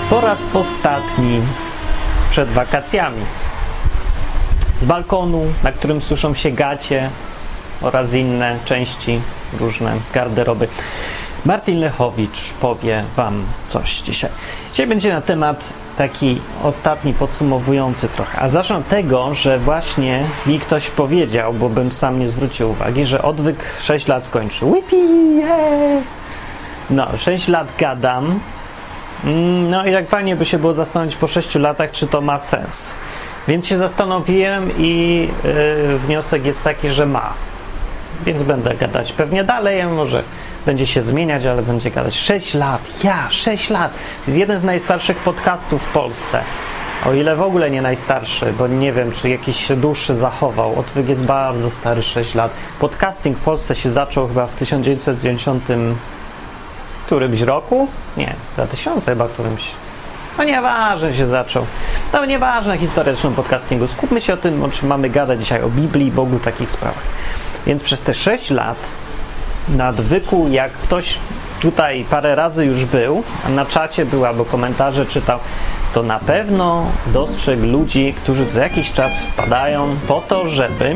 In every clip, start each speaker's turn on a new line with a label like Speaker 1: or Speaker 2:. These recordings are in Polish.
Speaker 1: po raz ostatni przed wakacjami. Z balkonu, na którym suszą się gacie oraz inne części, różne garderoby, Martin Lechowicz powie wam coś dzisiaj. Dzisiaj będzie na temat taki ostatni, podsumowujący trochę. A zacznę od tego, że właśnie mi ktoś powiedział, bo bym sam nie zwrócił uwagi, że odwyk 6 lat skończył. Whippy, yeah! No, 6 lat gadam. No i tak fajnie by się było zastanowić po 6 latach, czy to ma sens. Więc się zastanowiłem i wniosek jest taki, że ma. Więc będę gadać pewnie dalej, może będzie się zmieniać, ale będzie gadać 6 lat. 6 lat. To jest jeden z najstarszych podcastów w Polsce. O ile w ogóle nie najstarszy, bo nie wiem, czy jakiś się dłuższy zachował. Odwyk jest bardzo stary, 6 lat. Podcasting w Polsce się zaczął chyba w 1990 którymś roku? Nie, 2000 chyba którymś. No nieważne się zaczął. No nieważna historia zresztą podcastingu. Skupmy się o tym, o czym mamy gadać dzisiaj, o Biblii, Bogu, takich sprawach. Więc przez te 6 lat na odwyku, jak ktoś tutaj parę razy już był, a na czacie był albo komentarze czytał, to na pewno dostrzegł ludzi, którzy co jakiś czas wpadają po to, żeby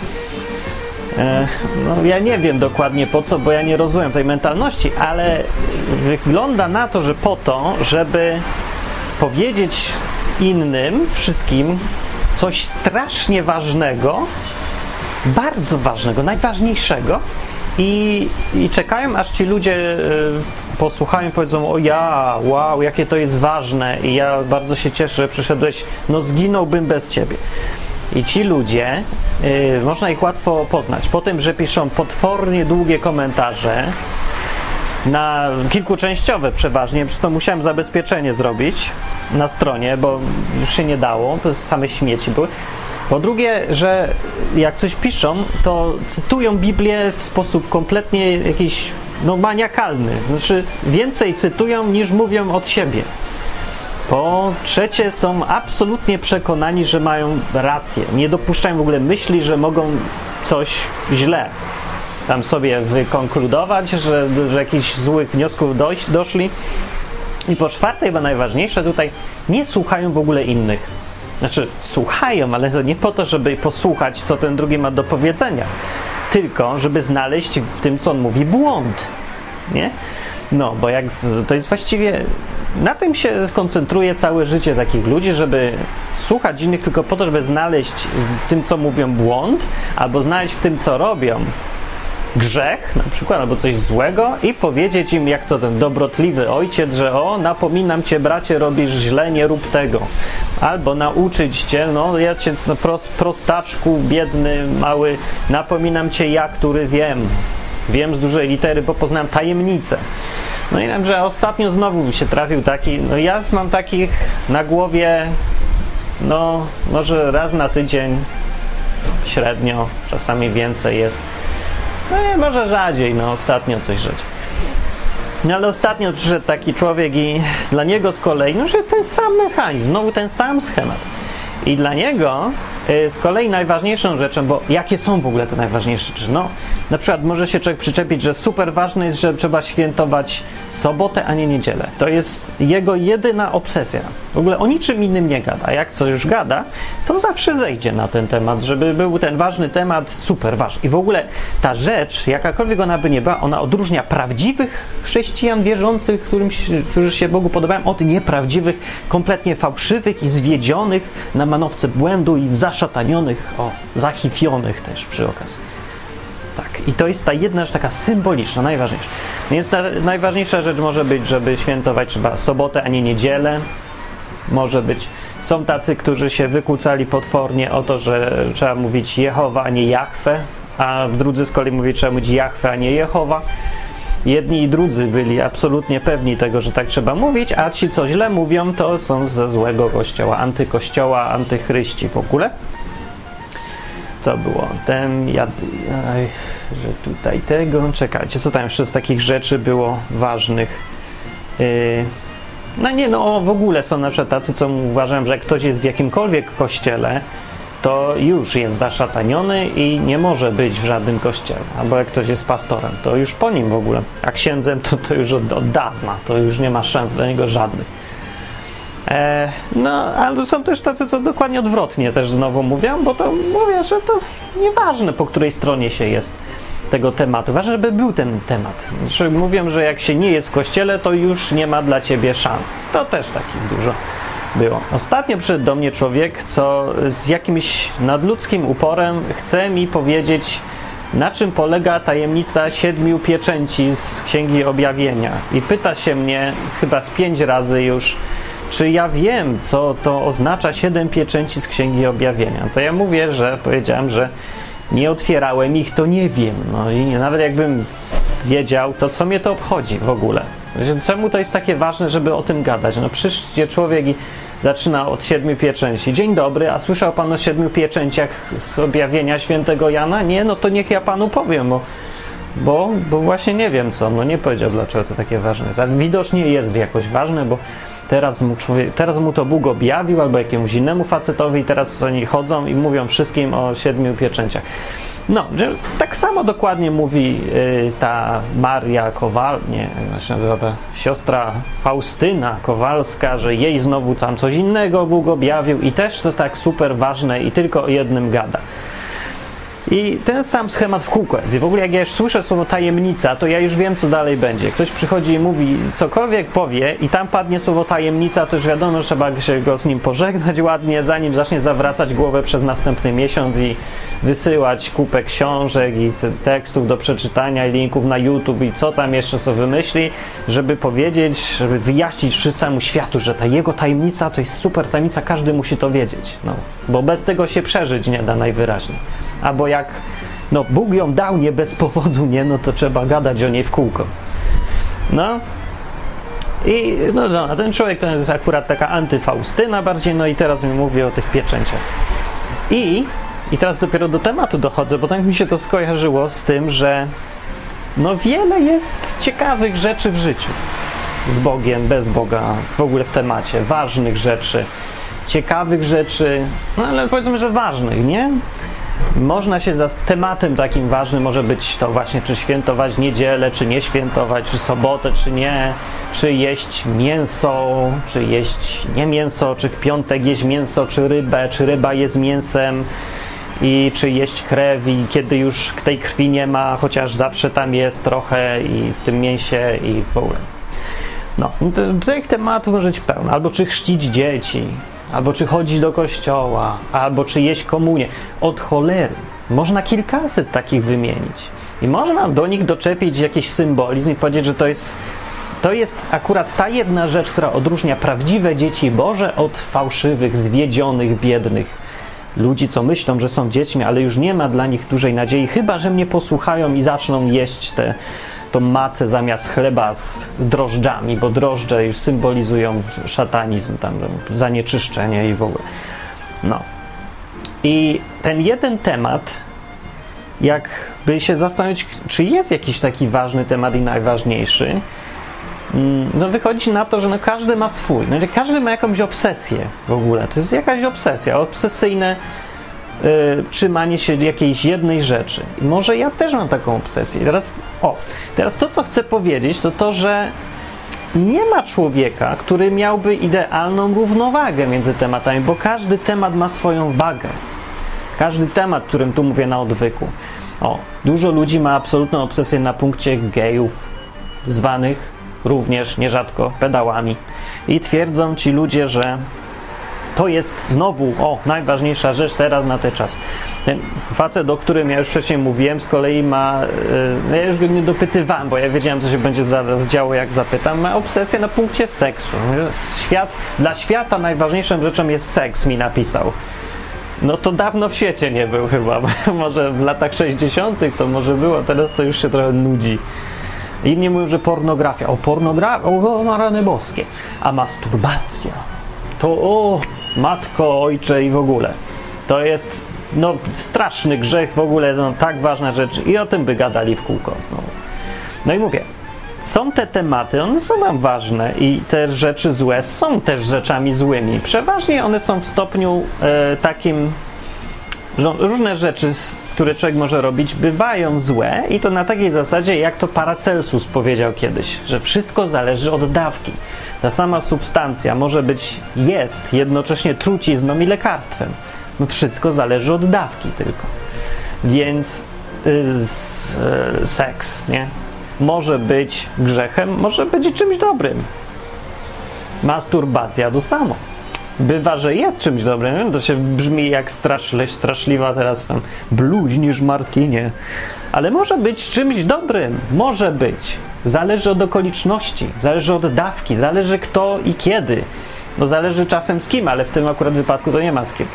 Speaker 1: no ja nie wiem dokładnie po co, bo ja nie rozumiem tej mentalności, ale wygląda na to, że po to, żeby powiedzieć innym, wszystkim coś strasznie ważnego, bardzo ważnego, najważniejszego i czekają, aż ci ludzie posłuchają i powiedzą: o ja, wow, jakie to jest ważne i ja bardzo się cieszę, że przyszedłeś, no zginąłbym bez ciebie. I ci ludzie, można ich łatwo poznać po tym, że piszą potwornie długie komentarze, na kilkuczęściowe przeważnie, przez to musiałem zabezpieczenie zrobić na stronie, bo już się nie dało, to same śmieci były. Po drugie, że jak coś piszą, to cytują Biblię w sposób kompletnie jakiś maniakalny. Znaczy więcej cytują niż mówią od siebie. Po trzecie, są absolutnie przekonani, że mają rację. Nie dopuszczają w ogóle myśli, że mogą coś źle tam sobie wykonkludować, że jakichś złych wniosków doszli. I po czwarte, chyba najważniejsze tutaj, nie słuchają w ogóle innych. Znaczy, słuchają, ale to nie po to, żeby posłuchać, co ten drugi ma do powiedzenia, tylko żeby znaleźć w tym, co on mówi, błąd. Nie? No, bo to jest właściwie, na tym się koncentruje całe życie takich ludzi, żeby słuchać innych tylko po to, żeby znaleźć w tym, co mówią, błąd, albo znaleźć w tym, co robią, grzech na przykład, albo coś złego i powiedzieć im, jak to ten dobrotliwy ojciec, że napominam cię, bracie, robisz źle, nie rób tego. Albo nauczyć cię, ja cię, prostaczku, biedny, mały, napominam cię, ja, który wiem z dużej litery, bo poznałem tajemnicę. No i wiem, że ostatnio znowu mi się trafił taki, ja mam takich na głowie, może raz na tydzień, średnio, czasami więcej jest. Może rzadziej, ostatnio coś rzadziej. Ale ostatnio przyszedł taki człowiek i dla niego z kolei, że ten sam mechanizm, znowu ten sam schemat. I dla niego z kolei najważniejszą rzeczą, bo jakie są w ogóle te najważniejsze rzeczy? Na przykład może się człowiek przyczepić, że super ważne jest, że trzeba świętować sobotę, a nie niedzielę. To jest jego jedyna obsesja. W ogóle o niczym innym nie gada. Jak coś już gada, to zawsze zejdzie na ten temat, żeby był ten ważny temat, super ważny. I w ogóle ta rzecz, jakakolwiek ona by nie była, ona odróżnia prawdziwych chrześcijan wierzących, którzy się Bogu podobają, od nieprawdziwych, kompletnie fałszywych i zwiedzionych na manowce błędu i zaszatanionych, zachifionych też przy okazji. Tak, i to jest ta jedna rzecz taka symboliczna, najważniejsza. Więc najważniejsza rzecz może być, żeby świętować trzeba sobotę, a nie niedzielę. Może być. Są tacy, którzy się wykłócali potwornie o to, że trzeba mówić Jehowa, a nie Jahwe, a drudzy z kolei mówili, że trzeba mówić Jahwe, a nie Jehowa. Jedni i drudzy byli absolutnie pewni tego, że tak trzeba mówić, a ci, co źle mówią, to są ze złego kościoła, antychryści w ogóle. Co było? Że tutaj tego... Czekajcie, co tam jeszcze z takich rzeczy było ważnych? W ogóle są na przykład tacy, co uważają, że jak ktoś jest w jakimkolwiek kościele, to już jest zaszataniony i nie może być w żadnym kościele. Albo jak ktoś jest pastorem, to już po nim w ogóle. A księdzem to już od dawna, to już nie ma szans dla niego żadnych. No, ale są też tacy, co dokładnie odwrotnie też znowu mówią, bo to mówię, że to nieważne, po której stronie się jest tego tematu. Ważne, żeby był ten temat. Znaczy, mówią, że jak się nie jest w kościele, to już nie ma dla ciebie szans. To też takich dużo było. Ostatnio przyszedł do mnie człowiek, co z jakimś nadludzkim uporem chce mi powiedzieć, na czym polega tajemnica 7 pieczęci z Księgi Objawienia. I pyta się mnie chyba z 5 razy już, czy ja wiem, co to oznacza 7 pieczęci z Księgi Objawienia. To ja mówię, że powiedziałem, że nie otwierałem ich, to nie wiem. No i nawet jakbym wiedział, to co mnie to obchodzi w ogóle? Czemu to jest takie ważne, żeby o tym gadać? No przyjdzie człowiek i zaczyna od 7 pieczęci. Dzień dobry, a słyszał pan o 7 pieczęciach z Objawienia Świętego Jana? Nie? No to niech ja panu powiem, bo właśnie nie wiem co. No nie powiedział, dlaczego to takie ważne jest. Ale widocznie jest jakoś ważne, bo teraz mu to Bóg objawił, albo jakiemuś innemu facetowi, i teraz oni chodzą i mówią wszystkim o 7 pieczęciach. No, tak samo dokładnie mówi ta Maria jak się nazywa ta siostra Faustyna Kowalska, że jej znowu tam coś innego Bóg objawił i też to tak super ważne i tylko o jednym gada. I ten sam schemat w kółko jest. I w ogóle jak ja już słyszę słowo tajemnica, to ja już wiem, co dalej będzie. Ktoś przychodzi i mówi, cokolwiek powie i tam padnie słowo tajemnica, to już wiadomo, że trzeba się go z nim pożegnać ładnie, zanim zacznie zawracać głowę przez następny miesiąc i wysyłać kupę książek i tekstów do przeczytania i linków na YouTube i co tam jeszcze sobie wymyśli, żeby powiedzieć, żeby wyjaśnić całemu światu, że ta jego tajemnica to jest super tajemnica, każdy musi to wiedzieć. No, bo bez tego się przeżyć nie da najwyraźniej. Albo jak Bóg ją dał nie bez powodu, no to trzeba gadać o niej w kółko. No i a ten człowiek to jest akurat taka antyfaustyna bardziej, i teraz mi mówi o tych pieczęciach. I teraz dopiero do tematu dochodzę, bo tak mi się to skojarzyło z tym, że wiele jest ciekawych rzeczy w życiu. Z Bogiem, bez Boga, w ogóle w temacie, ważnych rzeczy, ciekawych rzeczy, ale powiedzmy, że ważnych, nie? Można się tematem takim ważnym może być to właśnie, czy świętować niedzielę, czy nie świętować, czy sobotę, czy nie, czy jeść mięso, czy jeść nie mięso, czy w piątek jeść mięso, czy rybę, czy ryba jest mięsem i czy jeść krew i kiedy już tej krwi nie ma, chociaż zawsze tam jest trochę i w tym mięsie i w ogóle. Tych tematów może być pełno. Albo czy chrzcić dzieci, albo czy chodzić do kościoła, albo czy jeść komunię. Od cholery. Można kilkaset takich wymienić. I można do nich doczepić jakiś symbolizm i powiedzieć, że to jest akurat ta jedna rzecz, która odróżnia prawdziwe dzieci Boże od fałszywych, zwiedzionych, biednych ludzi, co myślą, że są dziećmi, ale już nie ma dla nich dużej nadziei, chyba że mnie posłuchają i zaczną jeść tą macę zamiast chleba z drożdżami, bo drożdże już symbolizują szatanizm, tam zanieczyszczenie i w ogóle. I ten jeden temat, jakby się zastanowić, czy jest jakiś taki ważny temat i najważniejszy, wychodzi na to, że każdy ma swój. Każdy ma jakąś obsesję w ogóle. To jest jakaś obsesja, obsesyjne trzymanie się jakiejś jednej rzeczy. I może ja też mam taką obsesję. Teraz to, co chcę powiedzieć, to, że nie ma człowieka, który miałby idealną równowagę między tematami, bo każdy temat ma swoją wagę. Każdy temat, którym tu mówię na odwyku. Dużo ludzi ma absolutną obsesję na punkcie gejów, zwanych również nierzadko pedałami. I twierdzą ci ludzie, że to jest znowu, najważniejsza rzecz teraz na ten czas. Ten facet, o którym ja już wcześniej mówiłem, z kolei ma, ja już go nie dopytywałem, bo ja wiedziałem, co się będzie zaraz działo, jak zapytam, ma obsesję na punkcie seksu. Dla świata najważniejszą rzeczą jest seks, mi napisał. To dawno w świecie nie był chyba, może w latach 60. to może było, teraz to już się trochę nudzi. Inni mówią, że pornografia. O rany boskie. A masturbacja to matko, ojcze i w ogóle. To jest straszny grzech w ogóle, tak ważna rzecz i o tym by gadali w kółko znowu. I mówię, są te tematy, one są nam ważne i te rzeczy złe są też rzeczami złymi. Przeważnie one są w stopniu takim, że różne rzeczy które człowiek może robić, bywają złe i to na takiej zasadzie, jak to Paracelsus powiedział kiedyś, że wszystko zależy od dawki. Ta sama substancja może być, jest jednocześnie trucizną i lekarstwem. Wszystko zależy od dawki tylko. Więc seks, nie? Może być grzechem, może być czymś dobrym. Masturbacja to samo. Bywa, że jest czymś dobrym, to się brzmi jak straszliwa teraz tam bluźnisz Martinie, ale może być czymś dobrym, może być. Zależy od okoliczności, zależy od dawki, zależy kto i kiedy. No zależy czasem z kim, ale w tym akurat wypadku to nie ma z kim.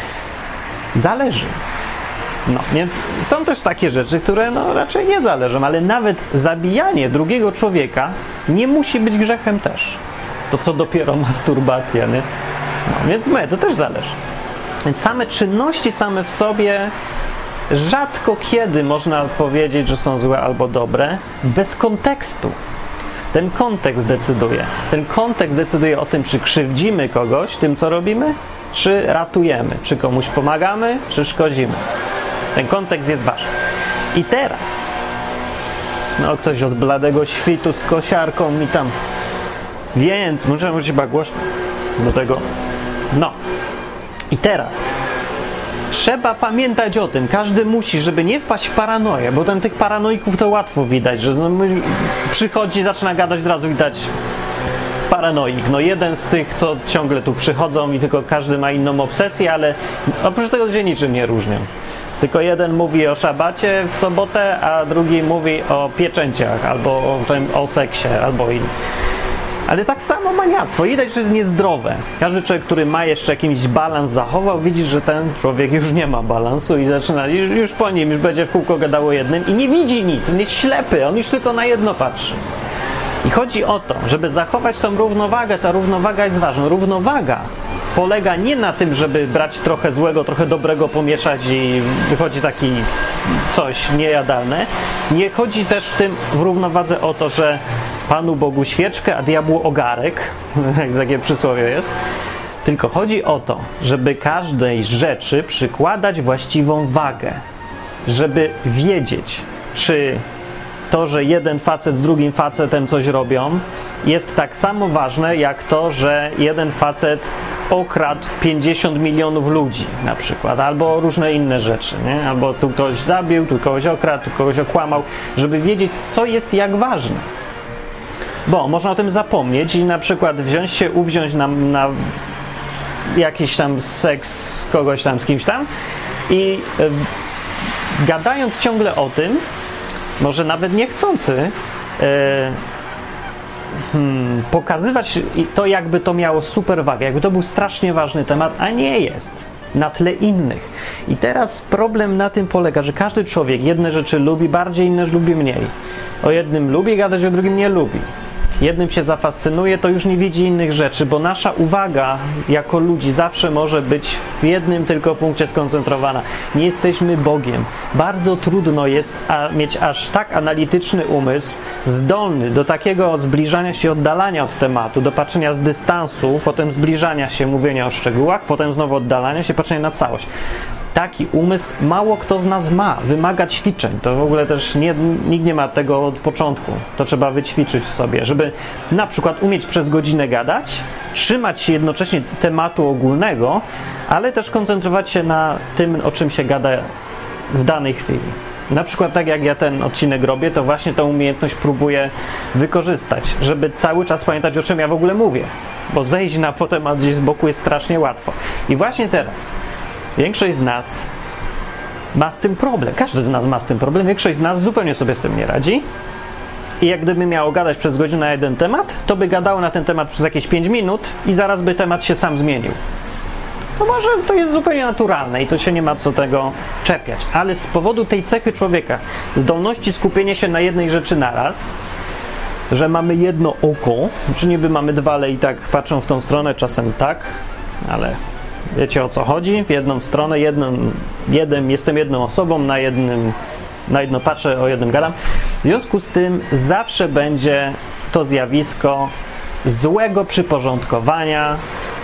Speaker 1: Zależy. No, więc są też takie rzeczy, które no raczej nie zależą, ale nawet zabijanie drugiego człowieka nie musi być grzechem też. To co dopiero masturbacja, nie? No, więc to też zależy. Więc same czynności same w sobie rzadko kiedy można powiedzieć, że są złe albo dobre, bez kontekstu. Ten kontekst decyduje. Ten kontekst decyduje o tym, czy krzywdzimy kogoś tym, co robimy, czy ratujemy, czy komuś pomagamy, czy szkodzimy. Ten kontekst jest ważny. I teraz no ktoś od bladego świtu z kosiarką mi tam, więc muszę mówić chyba głośno do tego. No i teraz trzeba pamiętać o tym, każdy musi, żeby nie wpaść w paranoję, bo tam tych paranoików to łatwo widać, że przychodzi, zaczyna gadać, od razu widać paranoik. No jeden z tych, co ciągle tu przychodzą i tylko każdy ma inną obsesję, ale oprócz tego się niczym nie różnią. Tylko jeden mówi o szabacie w sobotę, a drugi mówi o pieczęciach, albo o seksie, albo innym. Ale tak samo maniactwo. Widać, że jest niezdrowe. Każdy człowiek, który ma jeszcze jakiś balans zachował, widzi, że ten człowiek już nie ma balansu i zaczyna, już po nim, już będzie w kółko gadał o jednym i nie widzi nic. On jest ślepy, on już tylko na jedno patrzy. I chodzi o to, żeby zachować tą równowagę. Ta równowaga jest ważna. Równowaga polega nie na tym, żeby brać trochę złego, trochę dobrego, pomieszać i wychodzi taki coś niejadalne. Nie chodzi też w równowadze o to, że Panu Bogu świeczkę, a diabłu ogarek, jak takie przysłowie jest. Tylko chodzi o to, żeby każdej rzeczy przykładać właściwą wagę. Żeby wiedzieć, czy to, że jeden facet z drugim facetem coś robią, jest tak samo ważne, jak to, że jeden facet okradł 50 milionów ludzi na przykład, albo różne inne rzeczy, nie? Albo tu ktoś zabił, tu kogoś okradł, tu kogoś okłamał, żeby wiedzieć, co jest jak ważne. Bo można o tym zapomnieć i na przykład uwziąć na jakiś tam seks kogoś tam z kimś tam i gadając ciągle o tym, może nawet niechcący, pokazywać to, jakby to miało super wagę, jakby to był strasznie ważny temat, a nie jest na tle innych. I teraz problem na tym polega, że każdy człowiek jedne rzeczy lubi bardziej, inne lubi mniej. O jednym lubi gadać, o drugim nie lubi. Jednym się zafascynuje, to już nie widzi innych rzeczy, bo nasza uwaga jako ludzi zawsze może być w jednym tylko punkcie skoncentrowana. Nie jesteśmy Bogiem. Bardzo trudno jest mieć aż tak analityczny umysł, zdolny do takiego zbliżania się, oddalania od tematu, do patrzenia z dystansu, potem zbliżania się, mówienia o szczegółach, potem znowu oddalania się, patrzenia na całość. Taki umysł mało kto z nas ma, wymaga ćwiczeń. To w ogóle też nikt nie ma tego od początku. To trzeba wyćwiczyć w sobie, żeby na przykład umieć przez godzinę gadać, trzymać się jednocześnie tematu ogólnego, ale też koncentrować się na tym, o czym się gada w danej chwili. Na przykład tak jak ja ten odcinek robię, to właśnie tę umiejętność próbuję wykorzystać, żeby cały czas pamiętać, o czym ja w ogóle mówię, bo zejść na temat gdzieś z boku jest strasznie łatwo. I właśnie teraz większość z nas ma z tym problem. Każdy z nas ma z tym problem. Większość z nas zupełnie sobie z tym nie radzi. I jak gdyby miało gadać przez godzinę na jeden temat, to by gadało na ten temat przez jakieś 5 minut i zaraz by temat się sam zmienił. No może to jest zupełnie naturalne i to się nie ma co tego czepiać. Ale z powodu tej cechy człowieka, zdolności skupienia się na jednej rzeczy naraz, że mamy jedno oko, czy niby mamy dwa, ale i tak patrzą w tą stronę, czasem tak, ale wiecie o co chodzi, w jedną stronę, jestem jedną osobą, na jedno patrzę, o jednym gadam. W związku z tym zawsze będzie to zjawisko złego przyporządkowania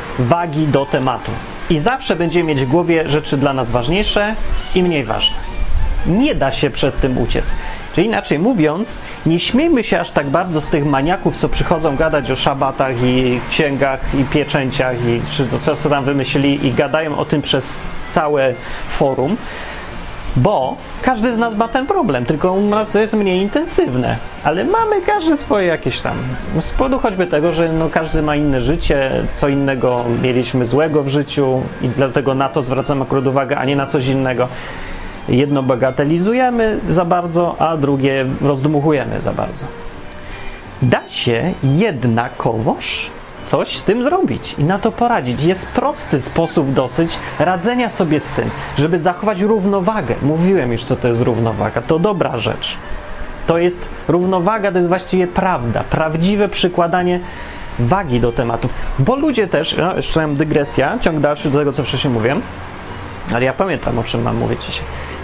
Speaker 1: wagi do tematu. I zawsze będziemy mieć w głowie rzeczy dla nas ważniejsze i mniej ważne. Nie da się przed tym uciec. Czyli inaczej mówiąc, nie śmiejmy się aż tak bardzo z tych maniaków, co przychodzą gadać o szabatach i księgach i pieczęciach i czy to co tam wymyślili i gadają o tym przez całe forum, bo każdy z nas ma ten problem, tylko u nas to jest mniej intensywne, ale mamy każdy swoje jakieś tam, z powodu choćby tego, że no każdy ma inne życie, co innego mieliśmy złego w życiu i dlatego na to zwracamy akurat uwagę, a nie na coś innego. Jedno bagatelizujemy za bardzo, a drugie rozdmuchujemy za bardzo. Da się jednakowoż coś z tym zrobić i na to poradzić. Jest prosty sposób dosyć radzenia sobie z tym, żeby zachować równowagę. Mówiłem już, co to jest równowaga. To dobra rzecz. To jest równowaga, to jest właściwie prawda. Prawdziwe przykładanie wagi do tematów. Bo ludzie też, no, jeszcze mam dygresja, ciąg dalszy do tego, co wcześniej mówiłem, ale ja pamiętam, o czym mam mówić dzisiaj.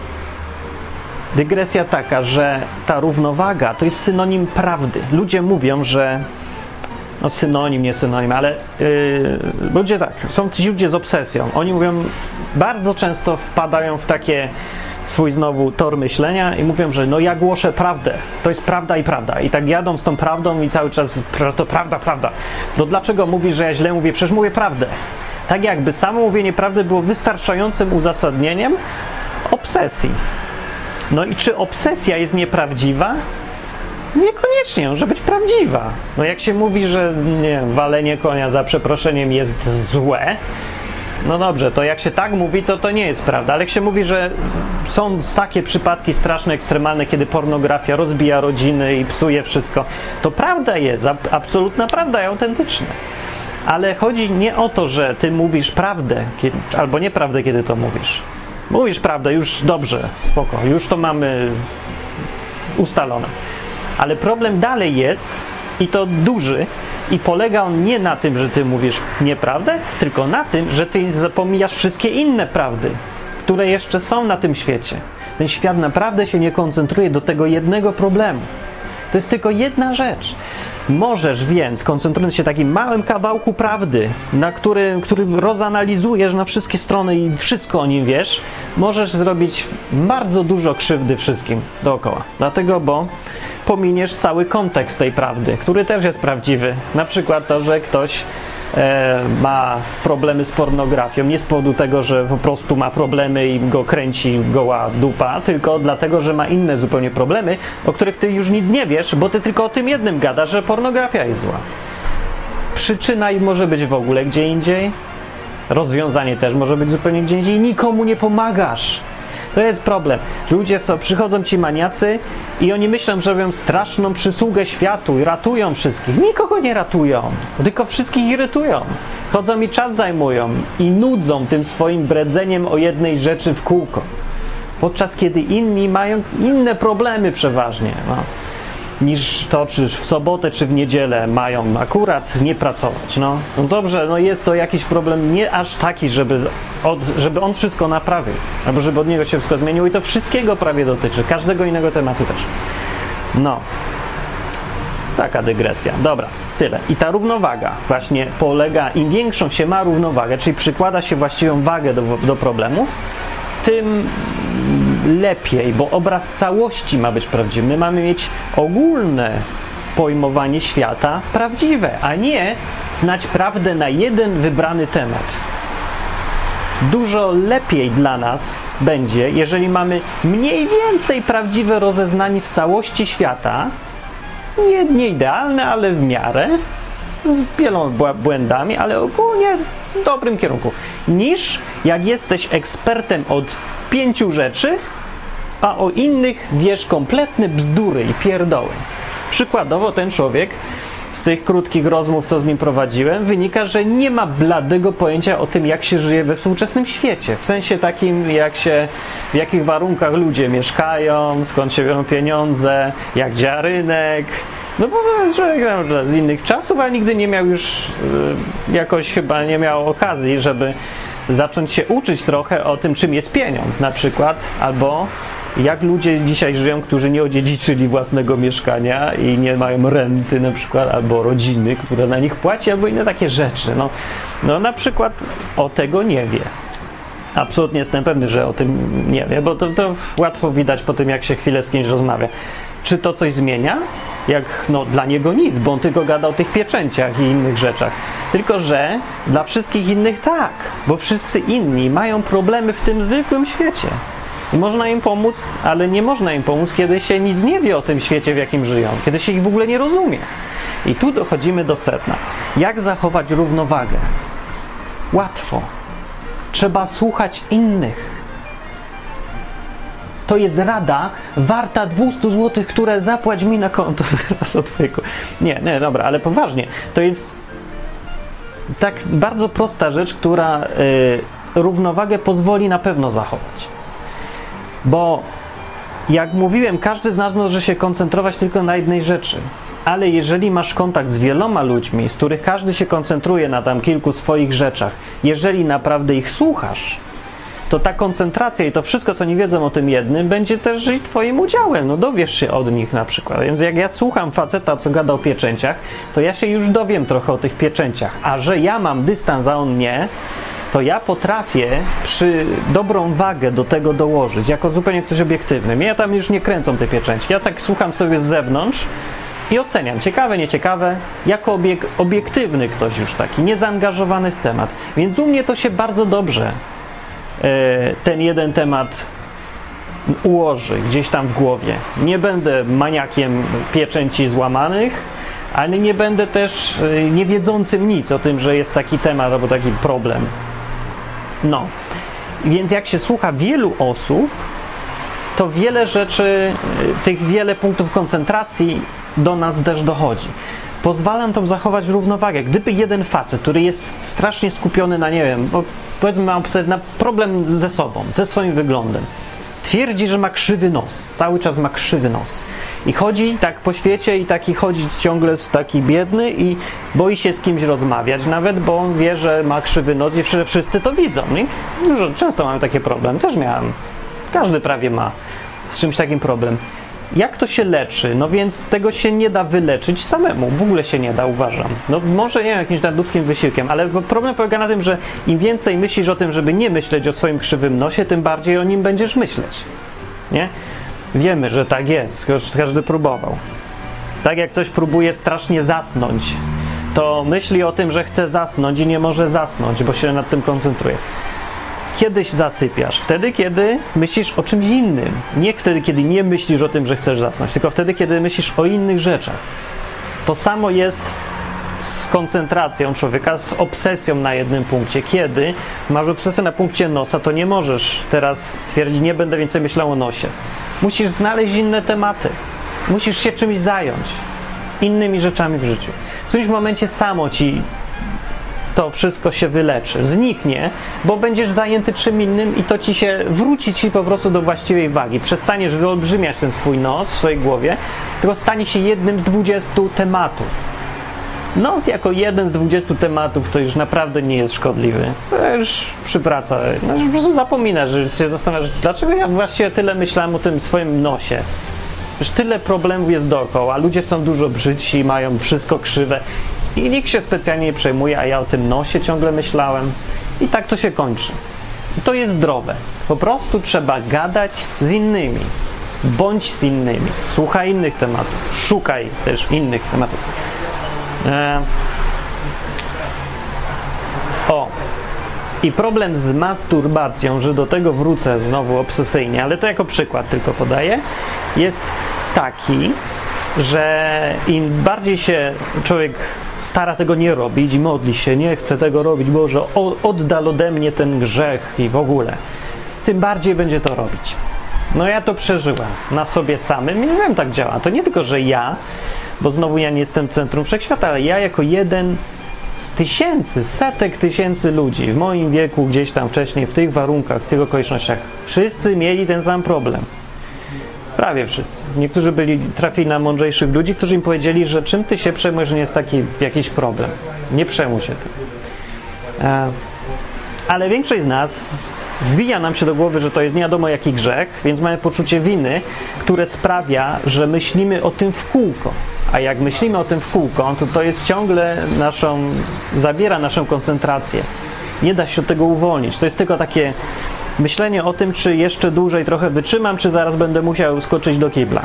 Speaker 1: Dygresja taka, że ta równowaga to jest synonim prawdy. Ludzie mówią, że no synonim, nie synonim, ale ludzie tak, są ci ludzie z obsesją. Oni mówią, bardzo często wpadają w takie swój znowu tor myślenia i mówią, że no ja głoszę prawdę, to jest prawda i prawda. I tak jadą z tą prawdą i cały czas to prawda, prawda. No dlaczego mówisz, że ja źle mówię? Przecież mówię prawdę. Tak jakby samo mówienie prawdy było wystarczającym uzasadnieniem obsesji. No i czy obsesja jest nieprawdziwa? Niekoniecznie, może być prawdziwa. No jak się mówi, że nie wiem, walenie konia za przeproszeniem jest złe, no dobrze, to jak się tak mówi, to nie jest prawda. Ale jak się mówi, że są takie przypadki straszne, ekstremalne, kiedy pornografia rozbija rodziny i psuje wszystko, to prawda jest, absolutna prawda i autentyczna. Ale chodzi nie o to, że ty mówisz prawdę, albo nieprawdę, kiedy to mówisz. Mówisz prawdę, już dobrze, spoko, już to mamy ustalone. Ale problem dalej jest, i to duży, i polega on nie na tym, że ty mówisz nieprawdę, tylko na tym, że ty zapominasz wszystkie inne prawdy, które jeszcze są na tym świecie. Ten świat naprawdę się nie koncentruje do tego jednego problemu. To jest tylko jedna rzecz. Możesz więc, koncentrując się na takim małym kawałku prawdy, na który rozanalizujesz na wszystkie strony i wszystko o nim wiesz, możesz zrobić bardzo dużo krzywdy wszystkim dookoła. Dlatego, bo pominiesz cały kontekst tej prawdy, który też jest prawdziwy. Na przykład to, że ktoś ma problemy z pornografią, nie z powodu tego, że po prostu ma problemy i go kręci goła dupa, tylko dlatego, że ma inne zupełnie problemy, o których ty już nic nie wiesz, bo ty tylko o tym jednym gadasz, że pornografia jest zła. Przyczyna może być w ogóle gdzie indziej, rozwiązanie też może być zupełnie gdzie indziej i nikomu nie pomagasz. To jest problem. Ludzie przychodzą ci maniacy i oni myślą, że robią straszną przysługę światu i ratują wszystkich. Nikogo nie ratują, tylko wszystkich irytują. Chodzą i czas zajmują i nudzą tym swoim bredzeniem o jednej rzeczy w kółko. Podczas kiedy inni mają inne problemy przeważnie, niż to, czy w sobotę, czy w niedzielę mają akurat nie pracować. No dobrze, no jest to jakiś problem nie aż taki, żeby on wszystko naprawił, albo żeby od niego się wszystko zmieniło i to wszystkiego prawie dotyczy, każdego innego tematu też. No, taka dygresja. Dobra, tyle. I ta równowaga właśnie polega, im większą się ma równowagę, czyli przykłada się właściwą wagę do problemów, tym lepiej, bo obraz całości ma być prawdziwy. My mamy mieć ogólne pojmowanie świata prawdziwe, a nie znać prawdę na jeden wybrany temat. Dużo lepiej dla nas będzie, jeżeli mamy mniej więcej prawdziwe rozeznanie w całości świata, nie idealne, ale w miarę, z wieloma błędami, ale ogólnie w dobrym kierunku, niż jak jesteś ekspertem od 5 rzeczy, a o innych wiesz kompletne bzdury i pierdoły. Przykładowo ten człowiek z tych krótkich rozmów, co z nim prowadziłem, wynika, że nie ma bladego pojęcia o tym, jak się żyje we współczesnym świecie. W sensie takim, w jakich warunkach ludzie mieszkają, skąd się biorą pieniądze, jak działa rynek. No bo człowiek z innych czasów, ale nigdy nie miał już, jakoś chyba nie miał okazji, żeby zacząć się uczyć trochę o tym, czym jest pieniądz na przykład, albo jak ludzie dzisiaj żyją, którzy nie odziedziczyli własnego mieszkania i nie mają renty na przykład, albo rodziny, która na nich płaci, albo inne takie rzeczy. No na przykład o tego nie wie. Absolutnie jestem pewny, że o tym nie wie, bo to łatwo widać po tym, jak się chwilę z kimś rozmawia. Czy to coś zmienia? Dla niego nic, bo on tylko gada o tych pieczęciach i innych rzeczach. Tylko że dla wszystkich innych tak, bo wszyscy inni mają problemy w tym zwykłym świecie. I można im pomóc, ale nie można im pomóc, kiedy się nic nie wie o tym świecie, w jakim żyją, kiedy się ich w ogóle nie rozumie. I tu dochodzimy do sedna. Jak zachować równowagę? Łatwo. Trzeba słuchać innych. To jest rada warta 200 zł, które zapłać mi na konto zaraz odwyku. Nie, dobra, ale poważnie. To jest tak bardzo prosta rzecz, która równowagę pozwoli na pewno zachować. Bo jak mówiłem, każdy z nas może się koncentrować tylko na jednej rzeczy. Ale jeżeli masz kontakt z wieloma ludźmi, z których każdy się koncentruje na tam kilku swoich rzeczach, jeżeli naprawdę ich słuchasz, to ta koncentracja i to wszystko, co nie wiedzą o tym jednym, będzie też i twoim udziałem. Dowiesz się od nich na przykład. Więc jak ja słucham faceta, co gada o pieczęciach, to ja się już dowiem trochę o tych pieczęciach. A że ja mam dystans, a on nie, to ja potrafię przy dobrą wagę do tego dołożyć, jako zupełnie ktoś obiektywny. Ja tam już nie kręcą te pieczęci. Ja tak słucham sobie z zewnątrz i oceniam, ciekawe, nieciekawe, jako obiektywny ktoś już taki, niezaangażowany w temat. Więc u mnie to się bardzo dobrze ten jeden temat ułoży gdzieś tam w głowie. Nie będę maniakiem pieczęci złamanych, ale nie będę też niewiedzącym nic o tym, że jest taki temat albo taki problem. Więc jak się słucha wielu osób, to wiele rzeczy, tych wiele punktów koncentracji do nas też dochodzi. Pozwala nam zachować równowagę. Gdyby jeden facet, który jest strasznie skupiony na, nie wiem, powiedzmy na problem ze sobą, ze swoim wyglądem, twierdzi, że ma krzywy nos, cały czas ma krzywy nos i chodzi tak po świecie i taki chodzi ciągle taki biedny i boi się z kimś rozmawiać nawet, bo on wie, że ma krzywy nos i wszyscy to widzą. Często mam taki problem, też miałem, każdy prawie ma z czymś takim problem. Jak to się leczy? Więc tego się nie da wyleczyć samemu. W ogóle się nie da, uważam. Może, nie wiem, jakimś nadludzkim wysiłkiem, ale problem polega na tym, że im więcej myślisz o tym, żeby nie myśleć o swoim krzywym nosie, tym bardziej o nim będziesz myśleć. Nie? Wiemy, że tak jest. Każdy próbował. Tak jak ktoś próbuje strasznie zasnąć, to myśli o tym, że chce zasnąć i nie może zasnąć, bo się nad tym koncentruje. Kiedyś zasypiasz? Wtedy, kiedy myślisz o czymś innym. Nie wtedy, kiedy nie myślisz o tym, że chcesz zasnąć, tylko wtedy, kiedy myślisz o innych rzeczach. To samo jest z koncentracją człowieka, z obsesją na jednym punkcie. Kiedy masz obsesję na punkcie nosa, to nie możesz teraz stwierdzić, nie będę więcej myślał o nosie. Musisz znaleźć inne tematy. Musisz się czymś zająć. Innymi rzeczami w życiu. W którymś momencie samo ci to wszystko się wyleczy, zniknie, bo będziesz zajęty czym innym i to wróci ci po prostu do właściwej wagi. Przestaniesz wyolbrzymiać ten swój nos w swojej głowie, tylko stanie się jednym z 20 tematów. Nos jako jeden z 20 tematów to już naprawdę nie jest szkodliwy. To już przywraca, po prostu zapomina, że się zastanawiasz, dlaczego ja właściwie tyle myślałem o tym swoim nosie. Już tyle problemów jest dookoła, ludzie są dużo brzydsi, mają wszystko krzywe. I nikt się specjalnie nie przejmuje, a ja o tym nosie ciągle myślałem. I tak to się kończy. I to jest zdrowe. Po prostu trzeba gadać z innymi. Bądź z innymi. Słuchaj innych tematów. Szukaj też innych tematów. I problem z masturbacją, że do tego wrócę znowu obsesyjnie, ale to jako przykład tylko podaję, jest taki, że im bardziej się człowiek stara tego nie robić i modli się, nie chcę tego robić, Boże, oddal ode mnie ten grzech i w ogóle, tym bardziej będzie to robić. Ja to przeżyłem na sobie samym i nie wiem, tak działa. To nie tylko, że ja, bo znowu ja nie jestem centrum wszechświata, ale ja jako jeden z tysięcy, setek tysięcy ludzi w moim wieku, gdzieś tam wcześniej, w tych warunkach, w tych okolicznościach, wszyscy mieli ten sam problem. Prawie wszyscy. Niektórzy trafili na mądrzejszych ludzi, którzy im powiedzieli, że czym ty się przejmujesz, że nie jest taki jakiś problem. Nie przejmuj się tym. Ale większość z nas wbija nam się do głowy, że to jest nie wiadomo jaki grzech, więc mamy poczucie winy, które sprawia, że myślimy o tym w kółko. A jak myślimy o tym w kółko, to jest ciągle zabiera naszą koncentrację. Nie da się od tego uwolnić. To jest tylko takie myślenie o tym, czy jeszcze dłużej trochę wytrzymam, czy zaraz będę musiał skoczyć do kibla.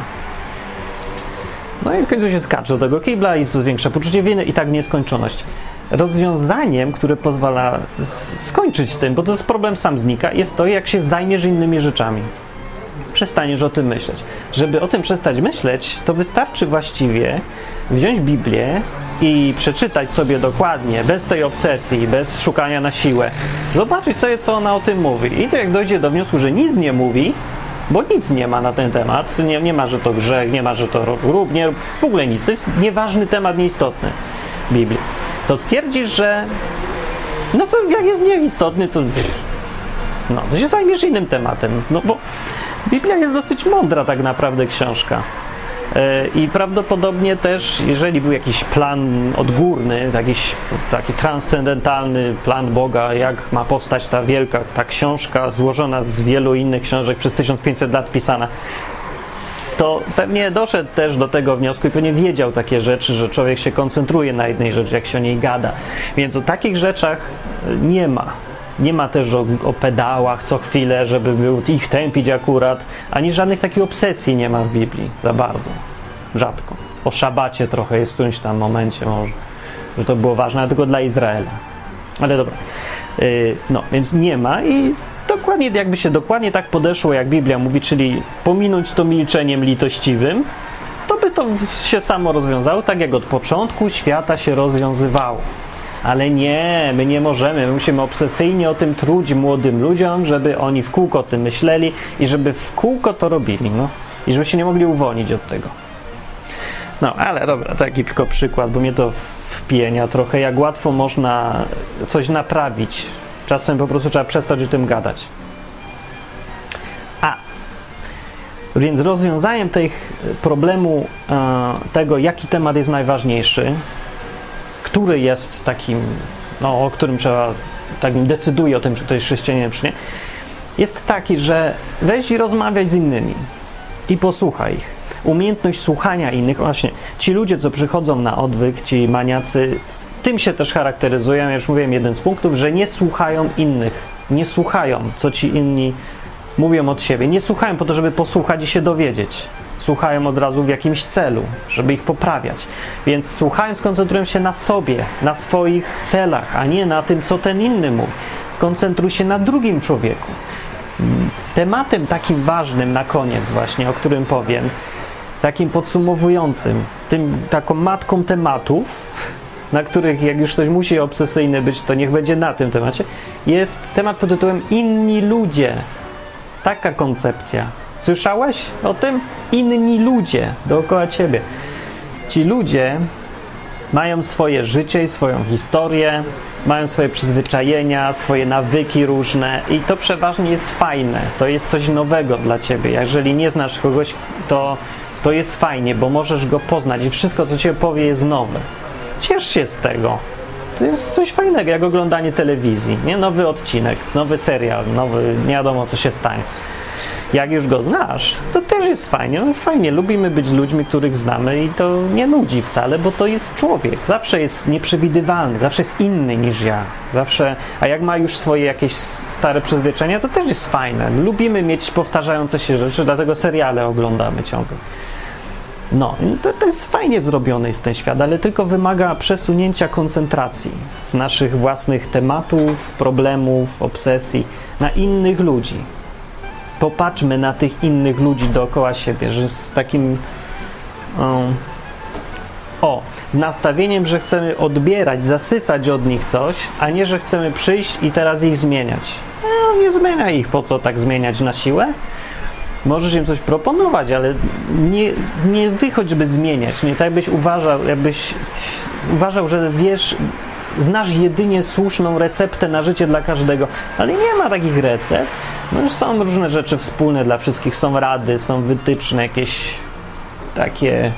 Speaker 1: No i w końcu się skacze do tego kibla i zwiększa poczucie winy i tak w nieskończoność. Rozwiązaniem, które pozwala skończyć z tym, bo to jest problem sam znika, jest to, jak się zajmiesz innymi rzeczami. Przestaniesz o tym myśleć. Żeby o tym przestać myśleć, to wystarczy właściwie wziąć Biblię i przeczytać sobie dokładnie, bez tej obsesji, bez szukania na siłę, zobaczyć sobie, co ona o tym mówi. I to jak dojdzie do wniosku, że nic nie mówi, bo nic nie ma na ten temat, nie ma, że to grzech, nie ma, że to rób, nie rób, w ogóle nic, to jest nieważny temat, nieistotny w Biblii, to stwierdzisz, że no to jak jest nieistotny, to to się zajmiesz innym tematem, no bo Biblia jest dosyć mądra tak naprawdę książka. I prawdopodobnie też, jeżeli był jakiś plan odgórny, jakiś taki transcendentalny plan Boga, jak ma powstać ta wielka, ta książka złożona z wielu innych książek przez 1500 lat pisana, to pewnie doszedł też do tego wniosku i pewnie wiedział takie rzeczy, że człowiek się koncentruje na jednej rzeczy, jak się o niej gada. Więc o takich rzeczach nie ma. Nie ma też o pedałach co chwilę, żeby był ich tępić akurat, ani żadnych takich obsesji nie ma w Biblii, za bardzo, rzadko. O szabacie trochę jest w którymś tam momencie może, że to było ważne, ale tylko dla Izraela. Ale dobra, więc nie ma i dokładnie jakby się dokładnie tak podeszło, jak Biblia mówi, czyli pominąć to milczeniem litościwym, to by to się samo rozwiązało, tak jak od początku świata się rozwiązywało. Ale nie, my nie możemy, my musimy obsesyjnie o tym truć młodym ludziom, żeby oni w kółko o tym myśleli i żeby w kółko to robili, i żeby się nie mogli uwolnić od tego. Ale dobra, taki tylko przykład, bo mnie to wpienia trochę, jak łatwo można coś naprawić. Czasem po prostu trzeba przestać o tym gadać. Więc rozwiązaniem tych problemu tego, jaki temat jest najważniejszy, który jest takim, o którym trzeba, takim decyduje o tym, czy to jest chrześcijaninem, czy nie, jest taki, że weź i rozmawiaj z innymi i posłuchaj ich. Umiejętność słuchania innych, właśnie ci ludzie, co przychodzą na odwyk, ci maniacy, tym się też charakteryzują, ja już mówiłem, jeden z punktów, że nie słuchają innych, nie słuchają, co ci inni mówią od siebie, nie słuchają po to, żeby posłuchać i się dowiedzieć. Słuchają od razu w jakimś celu, żeby ich poprawiać. Więc słuchając, koncentrują się na sobie, na swoich celach, a nie na tym, co ten inny mówi. Skoncentruj się na drugim człowieku. Tematem takim ważnym na koniec właśnie, o którym powiem, takim podsumowującym, taką matką tematów, na których jak już ktoś musi obsesyjny być, to niech będzie na tym temacie, jest temat pod tytułem Inni ludzie. Taka koncepcja. Słyszałeś o tym? Inni ludzie dookoła ciebie. Ci ludzie mają swoje życie i swoją historię, mają swoje przyzwyczajenia, swoje nawyki różne i to przeważnie jest fajne. To jest coś nowego dla ciebie. Jeżeli nie znasz kogoś, to jest fajnie, bo możesz go poznać i wszystko, co ci powie, jest nowe. Ciesz się z tego. To jest coś fajnego, jak oglądanie telewizji. Nie? Nowy odcinek, nowy serial, nie wiadomo, co się stanie. Jak już go znasz, to też jest fajnie. Fajnie, lubimy być z ludźmi, których znamy i to nie nudzi wcale, bo to jest człowiek. Zawsze jest nieprzewidywalny, zawsze jest inny niż ja. A jak ma już swoje jakieś stare przyzwyczajenia, to też jest fajne. Lubimy mieć powtarzające się rzeczy, dlatego seriale oglądamy ciągle. To jest fajnie zrobiony jest ten świat, ale tylko wymaga przesunięcia koncentracji z naszych własnych tematów, problemów, obsesji na innych ludzi. Popatrzmy na tych innych ludzi dookoła siebie, że z takim z nastawieniem, że chcemy odbierać, zasysać od nich coś, a nie, że chcemy przyjść i teraz ich zmieniać. Nie zmieniaj ich, po co tak zmieniać na siłę? Możesz im coś proponować, ale nie wychodź, żeby zmieniać. Nie tak jakbyś uważał, że znasz jedynie słuszną receptę na życie dla każdego, ale nie ma takich recept. Są różne rzeczy wspólne dla wszystkich, są rady, są wytyczne, jakieś takie,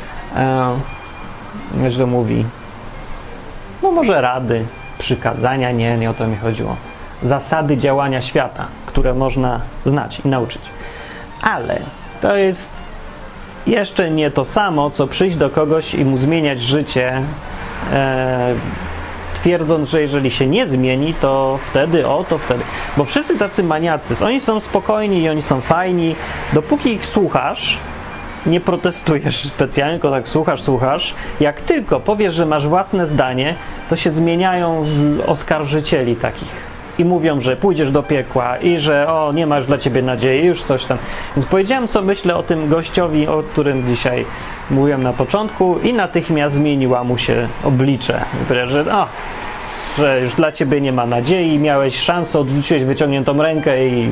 Speaker 1: jak to mówi, może rady, przykazania, nie o to mi chodziło. Zasady działania świata, które można znać i nauczyć. Ale to jest jeszcze nie to samo, co przyjść do kogoś i mu zmieniać życie twierdząc, że jeżeli się nie zmieni, to wtedy, to wtedy. Bo wszyscy tacy maniacy, oni są spokojni i oni są fajni, dopóki ich słuchasz, nie protestujesz specjalnie, tylko tak słuchasz. Jak tylko powiesz, że masz własne zdanie, to się zmieniają w oskarżycieli takich. I mówią, że pójdziesz do piekła i że nie ma już dla ciebie nadziei, już coś tam. Więc powiedziałem, co myślę o tym gościowi, o którym dzisiaj mówiłem na początku i natychmiast zmieniła mu się oblicze. Że już dla ciebie nie ma nadziei, miałeś szansę, odrzuciłeś wyciągniętą rękę i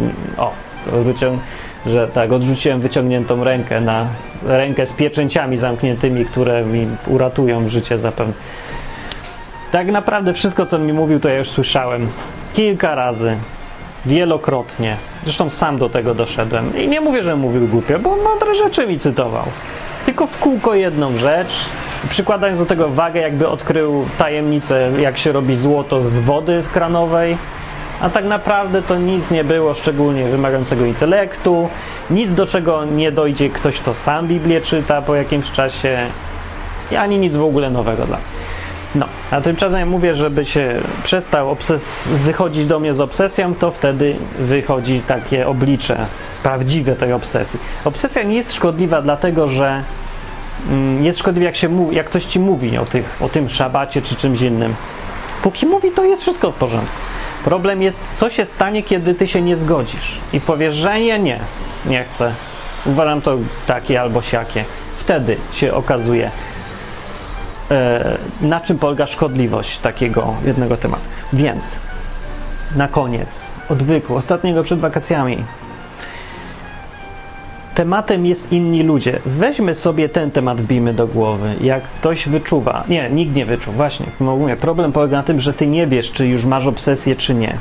Speaker 1: odrzuciłem wyciągniętą rękę na rękę z pieczęciami zamkniętymi, które mi uratują życie zapewne. Tak naprawdę wszystko, co mi mówił, to ja już słyszałem kilka razy, wielokrotnie. Zresztą sam do tego doszedłem. I nie mówię, że mówił głupio, bo mądre rzeczy mi cytował. Tylko w kółko jedną rzecz, przykładając do tego wagę, jakby odkrył tajemnicę, jak się robi złoto z wody kranowej. A tak naprawdę to nic nie było szczególnie wymagającego intelektu, nic do czego nie dojdzie ktoś, kto sam Biblię czyta po jakimś czasie, ani nic w ogóle nowego dla mnie. A tymczasem ja mówię, żeby się przestał wychodzić do mnie z obsesją, to wtedy wychodzi takie oblicze prawdziwe tej obsesji. Obsesja nie jest szkodliwa dlatego, że jest szkodliwa jak ktoś ci mówi o tym szabacie czy czymś innym. Póki mówi, to jest wszystko w porządku. Problem jest, co się stanie, kiedy ty się nie zgodzisz i powiesz, że nie chcę. Uważam to takie albo siakie. Wtedy się okazuje, na czym polega szkodliwość takiego jednego tematu. Więc na koniec, odwyku, ostatniego przed wakacjami, tematem jest inni ludzie. Weźmy sobie ten temat, wbijmy do głowy. Jak ktoś wyczuwa, nikt nie wyczuwa, właśnie, mówię, problem polega na tym, że ty nie wiesz, czy już masz obsesję, czy nie.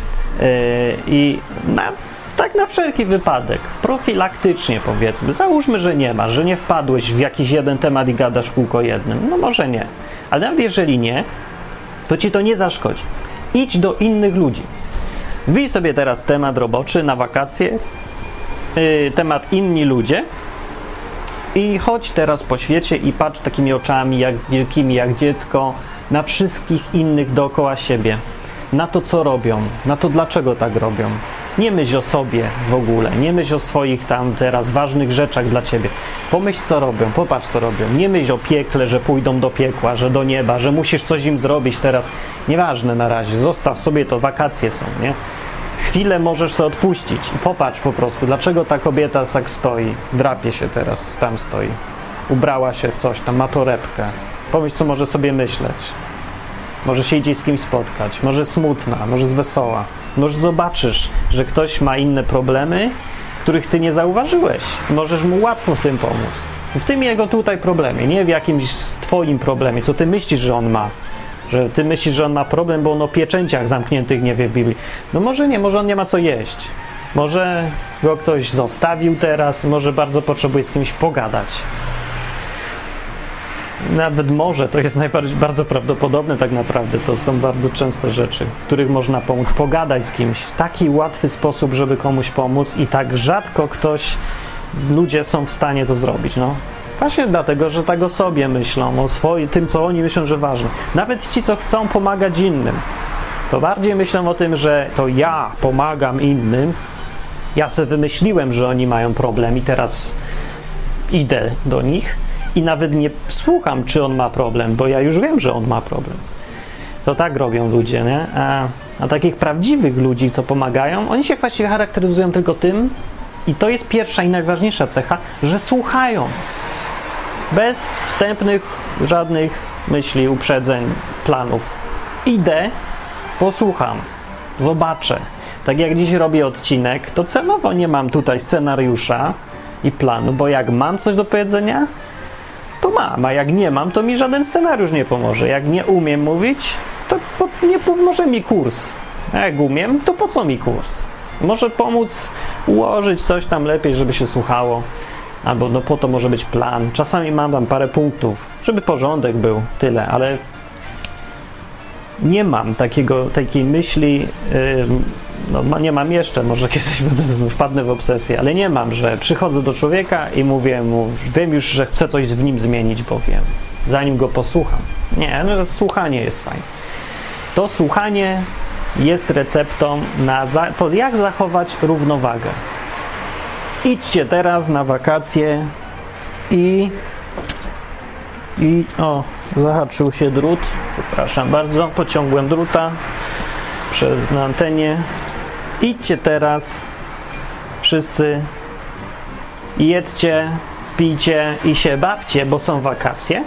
Speaker 1: Tak na wszelki wypadek, profilaktycznie powiedzmy, załóżmy, że nie masz, że nie wpadłeś w jakiś jeden temat i gadasz w kółko jednym, może nie, ale nawet jeżeli nie, to ci to nie zaszkodzi. Idź do innych ludzi. Wbij sobie teraz temat roboczy na wakacje, temat inni ludzie i chodź teraz po świecie i patrz takimi oczami wielkimi jak dziecko na wszystkich innych dookoła siebie, na to, co robią, na to, dlaczego tak robią. Nie myśl o sobie w ogóle, nie myśl o swoich tam teraz ważnych rzeczach dla ciebie. Pomyśl, co robią, popatrz, co robią. Nie myśl o piekle, że pójdą do piekła, że do nieba, że musisz coś im zrobić teraz. Nieważne na razie, zostaw sobie to, wakacje są, nie? Chwilę możesz sobie odpuścić i popatrz po prostu, dlaczego ta kobieta tak stoi, drapie się teraz, tam stoi. Ubrała się w coś tam, ma torebkę. Pomyśl, co może sobie myśleć. Może się idzie z kimś spotkać, może smutna, może jest wesoła. Może zobaczysz, że ktoś ma inne problemy, których ty nie zauważyłeś. Możesz mu łatwo w tym pomóc. W tym jego tutaj problemie, nie w jakimś twoim problemie, co ty myślisz, że on ma. Że ty myślisz, że on ma problem, bo on o pieczęciach zamkniętych nie wie w Biblii. Może nie, może on nie ma co jeść. Może go ktoś zostawił teraz, może bardzo potrzebuje z kimś pogadać. Nawet może, to jest bardzo prawdopodobne tak naprawdę, to są bardzo częste rzeczy, w których można pomóc, pogadać z kimś. Taki łatwy sposób, żeby komuś pomóc i tak rzadko ludzie są w stanie to zrobić, Właśnie dlatego, że tak o sobie myślą, o tym, co oni myślą, że ważne. Nawet ci, co chcą pomagać innym, to bardziej myślą o tym, że to ja pomagam innym, ja sobie wymyśliłem, że oni mają problem i teraz idę do nich, i nawet nie słucham, czy on ma problem, bo ja już wiem, że on ma problem. To tak robią ludzie, nie? A takich prawdziwych ludzi, co pomagają, oni się właściwie charakteryzują tylko tym, i to jest pierwsza i najważniejsza cecha, że słuchają. Bez wstępnych żadnych myśli, uprzedzeń, planów. Idę, posłucham, zobaczę. Tak jak dziś robię odcinek, to celowo nie mam tutaj scenariusza i planu, bo jak mam coś do powiedzenia, to mam, a jak nie mam, to mi żaden scenariusz nie pomoże. Jak nie umiem mówić, to nie pomoże mi kurs. A jak umiem, to po co mi kurs? Może pomóc ułożyć coś tam lepiej, żeby się słuchało. Albo po to może być plan. Czasami mam tam parę punktów, żeby porządek był, tyle, ale nie mam takiej myśli, nie mam jeszcze, może kiedyś wpadnę w obsesję, ale nie mam, że przychodzę do człowieka i mówię mu, wiem już, że chcę coś w nim zmienić, bo wiem, zanim go posłucham. Nie, słuchanie jest fajne. To słuchanie jest receptą na to, jak zachować równowagę. Idźcie teraz na wakacje o, zahaczył się drut, przepraszam bardzo, pociągłem druta na antenie. Idźcie teraz wszyscy i jedzcie, pijcie i się bawcie, bo są wakacje.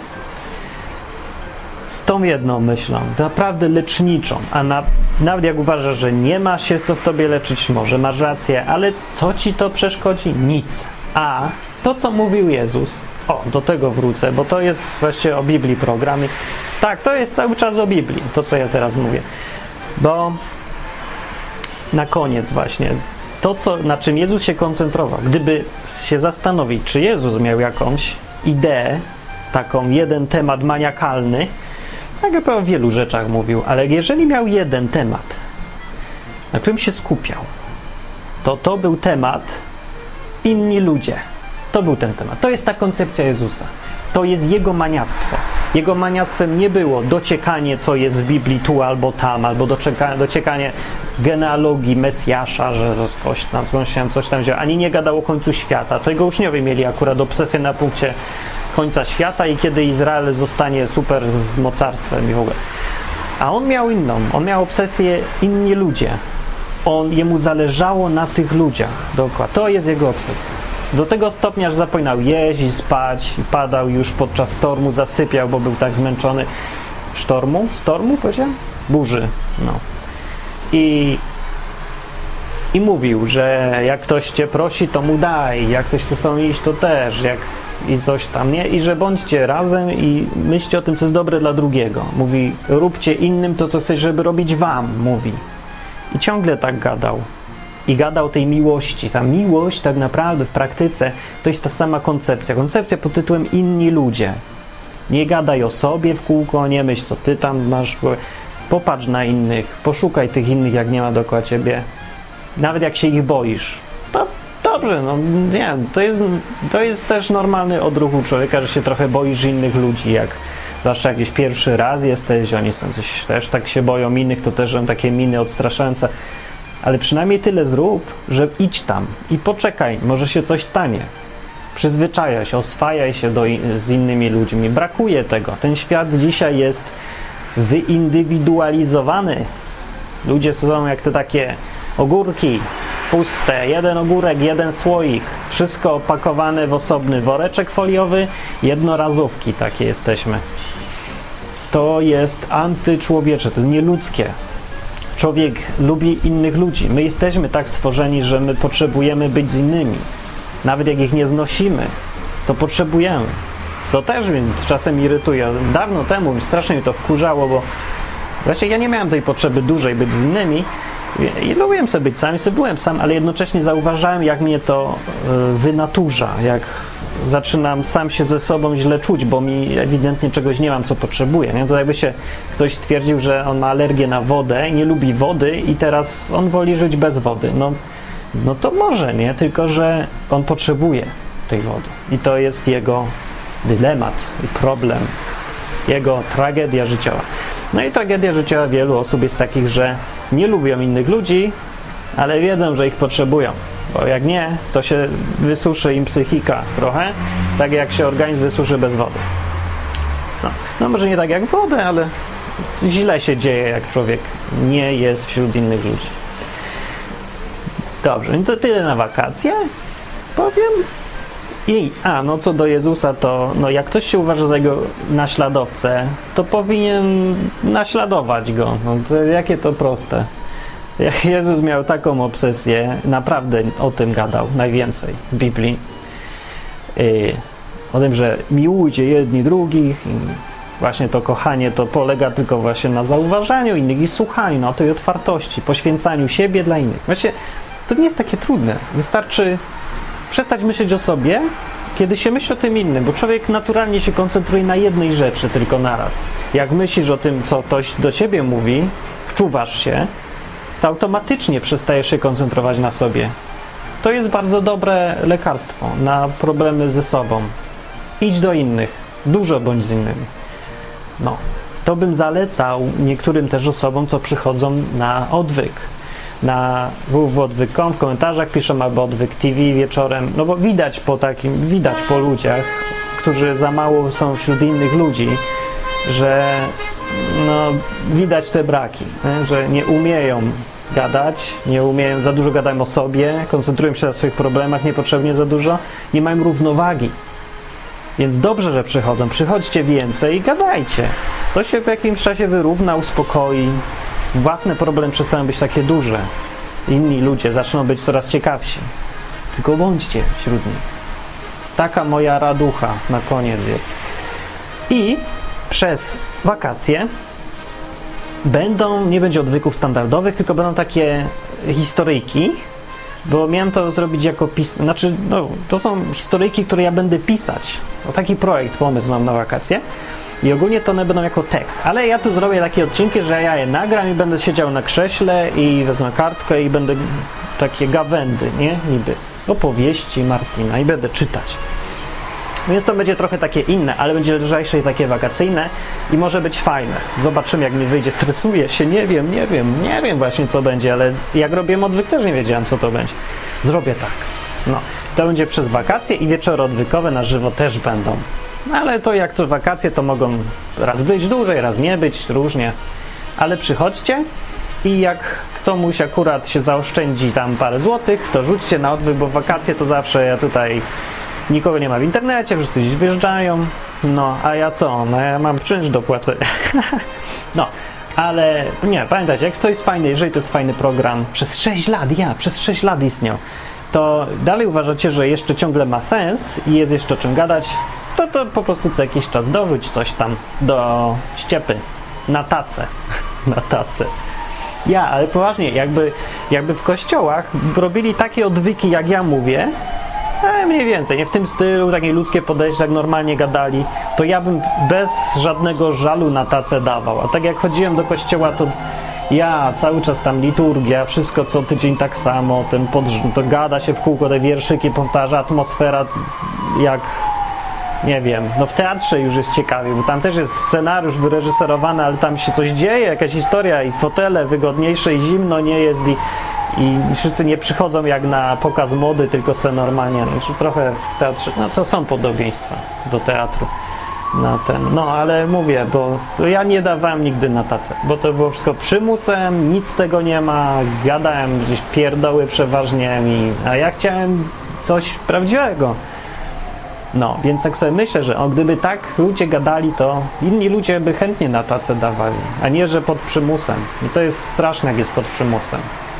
Speaker 1: Z tą jedną myślą, naprawdę leczniczą, a nawet jak uważasz, że nie ma się co w tobie leczyć, może masz rację, ale co ci to przeszkodzi? Nic. A to, co mówił Jezus, do tego wrócę, bo to jest właściwie o Biblii program. Tak, to jest cały czas o Biblii, to co ja teraz mówię. Bo na koniec właśnie, to na czym Jezus się koncentrował, gdyby się zastanowić, czy Jezus miał jakąś ideę, taką jeden temat maniakalny, tak jak o wielu rzeczach mówił, ale jeżeli miał jeden temat, na którym się skupiał, to był temat inni ludzie. To był ten temat. To jest ta koncepcja Jezusa. To jest Jego maniactwo. Jego maniactwem nie było dociekanie, co jest w Biblii tu albo tam, albo dociekanie genealogii Mesjasza, że coś tam wziął. Ani nie gadał o końcu świata. To jego uczniowie mieli akurat obsesję na punkcie końca świata i kiedy Izrael zostanie super mocarstwem i w ogóle. A on miał inną. On miał obsesję inni ludzie. Jemu zależało na tych ludziach. Dokładnie. To jest jego obsesja. Do tego stopnia, że zapominał jeść i spać, i padał już podczas stormu, zasypiał, bo był tak zmęczony. Stormu powiedziałem? Burzy. No. I mówił, że jak ktoś cię prosi, to mu daj, jak ktoś chce z tobą iść, to też, i coś tam, nie? I że bądźcie razem i myślcie o tym, co jest dobre dla drugiego. Mówi, róbcie innym to, co chcesz, żeby robić wam, mówi. I ciągle tak gadał. I gadał tej miłości. Ta miłość tak naprawdę w praktyce to jest ta sama koncepcja. Koncepcja pod tytułem inni ludzie. Nie gadaj o sobie w kółko, nie myśl, co ty tam masz. Popatrz na innych, poszukaj tych innych, jak nie ma dookoła ciebie. Nawet jak się ich boisz. To dobrze, no nie wiem, to jest też normalny odruch u człowieka, że się trochę boisz innych ludzi, zwłaszcza jakieś pierwszy raz jesteś, oni są coś, też tak się boją innych, to też są takie miny odstraszające. Ale przynajmniej tyle zrób, że idź tam i poczekaj, może się coś stanie. Przyzwyczajaj się, oswajaj się z innymi ludźmi. Brakuje tego. Ten świat dzisiaj jest wyindywidualizowany. Ludzie są jak te takie ogórki puste. Jeden ogórek, jeden słoik. Wszystko opakowane w osobny woreczek foliowy. Jednorazówki takie jesteśmy. To jest antyczłowiecze, to jest nieludzkie. Człowiek lubi innych ludzi. My jesteśmy tak stworzeni, że my potrzebujemy być z innymi. Nawet jak ich nie znosimy, to potrzebujemy. To też mnie czasem irytuje. Dawno temu strasznie mi to wkurzało, bo właśnie ja nie miałem tej potrzeby dłużej być z innymi i lubiłem sobie być sam i sobie byłem sam, ale jednocześnie zauważałem, jak mnie to wynaturza, jak zaczynam sam się ze sobą źle czuć, bo mi ewidentnie czegoś nie mam, co potrzebuję. Nie? To jakby się ktoś stwierdził, że on ma alergię na wodę i nie lubi wody i teraz on woli żyć bez wody. No to może, nie? Tylko że on potrzebuje tej wody. I to jest jego dylemat i problem. Jego tragedia życiowa. No i tragedia życiowa wielu osób jest takich, że nie lubią innych ludzi, ale wiedzą, że ich potrzebują. Bo jak nie, to się wysuszy im psychika trochę, tak jak się organizm wysuszy bez wody. No może nie tak jak wodę, ale źle się dzieje, jak człowiek nie jest wśród innych ludzi. Dobrze, no to tyle na wakacje, powiem. No co do Jezusa, to jak ktoś się uważa za jego naśladowcę, to powinien naśladować go. To jakie to proste. Jezus miał taką obsesję, naprawdę o tym gadał najwięcej w Biblii. O tym, że miłujcie jedni drugich. I właśnie to kochanie to polega tylko właśnie na zauważaniu innych i słuchaniu, na tej otwartości, poświęcaniu siebie dla innych. Właśnie to nie jest takie trudne. Wystarczy przestać myśleć o sobie, kiedy się myśli o tym innym, bo człowiek naturalnie się koncentruje na jednej rzeczy tylko naraz. Jak myślisz o tym, co ktoś do ciebie mówi, wczuwasz się, to automatycznie przestajesz się koncentrować na sobie. To jest bardzo dobre lekarstwo na problemy ze sobą. Idź do innych. Dużo bądź z innymi. to bym zalecał niektórym też osobom, co przychodzą na odwyk. Na www.odwyk.com w komentarzach piszą albo Odwyk TV wieczorem, no bo widać po ludziach, którzy za mało są wśród innych ludzi, że no, widać te braki, nie? Że nie umieją gadać, za dużo gadają o sobie, koncentrują się na swoich problemach niepotrzebnie za dużo, nie mają równowagi. Więc dobrze, że przychodzą. Przychodźcie więcej i gadajcie. To się w jakimś czasie wyrówna, uspokoi. Własne problemy przestaną być takie duże. Inni ludzie zaczną być coraz ciekawsi. Tylko bądźcie wśród nich. Taka moja raducha na koniec jest. I przez wakacje nie będzie odwyków standardowych, tylko będą takie historyjki, bo miałem to zrobić jako to są historyjki, które ja będę pisać. Taki pomysł mam na wakacje. I ogólnie to one będą jako tekst, ale ja tu zrobię takie odcinki, że ja je nagram i będę siedział na krześle i wezmę kartkę i będę takie gawędy, nie? Niby opowieści Martina i będę czytać. Więc to będzie trochę takie inne, ale będzie lżejsze i takie wakacyjne i może być fajne. Zobaczymy, jak mi wyjdzie. Stresuję się, nie wiem właśnie, co będzie, ale jak robiłem odwyk, też nie wiedziałem, co to będzie. Zrobię tak. No, to będzie przez wakacje i wieczory odwykowe na żywo też będą. Ale to jak to wakacje, to mogą raz być dłużej, raz nie być, różnie. Ale przychodźcie i jak komuś akurat się zaoszczędzi tam parę złotych, to rzućcie na odwyk, bo w wakacje to zawsze ja tutaj nikogo nie ma w internecie, wszyscy gdzieś wyjeżdżają. No, a ja co? No ja mam czynsz do płacenia. No, ale nie, pamiętajcie, jak to jest fajne, jeżeli to jest fajny program, przez 6 lat istniał, to dalej uważacie, że jeszcze ciągle ma sens i jest jeszcze o czym gadać, to po prostu co jakiś czas dorzuć coś tam do ściepy, na tacę. Ale poważnie, jakby w kościołach robili takie odwyki, jak ja mówię, mniej więcej, nie w tym stylu, takie ludzkie podejście, jak normalnie gadali, to ja bym bez żadnego żalu na tacę dawał. A tak jak chodziłem do kościoła, to ja cały czas tam liturgia, wszystko co tydzień tak samo, to gada się w kółko, te wierszyki powtarza, atmosfera jak, nie wiem, no w teatrze już jest ciekawie, bo tam też jest scenariusz wyreżyserowany, ale tam się coś dzieje, jakaś historia i fotele wygodniejsze i zimno nie jest i wszyscy nie przychodzą jak na pokaz mody, tylko se normalnie, trochę w teatrze, no to są podobieństwa do teatru. No ale mówię, bo ja nie dawałem nigdy na tacę, bo to było wszystko przymusem, nic z tego nie ma, gadałem gdzieś pierdoły przeważnie, a ja chciałem coś prawdziwego. No, więc tak sobie myślę, że gdyby tak ludzie gadali, to inni ludzie by chętnie na tacę dawali, a nie, że pod przymusem. I to jest straszne, jak jest pod przymusem.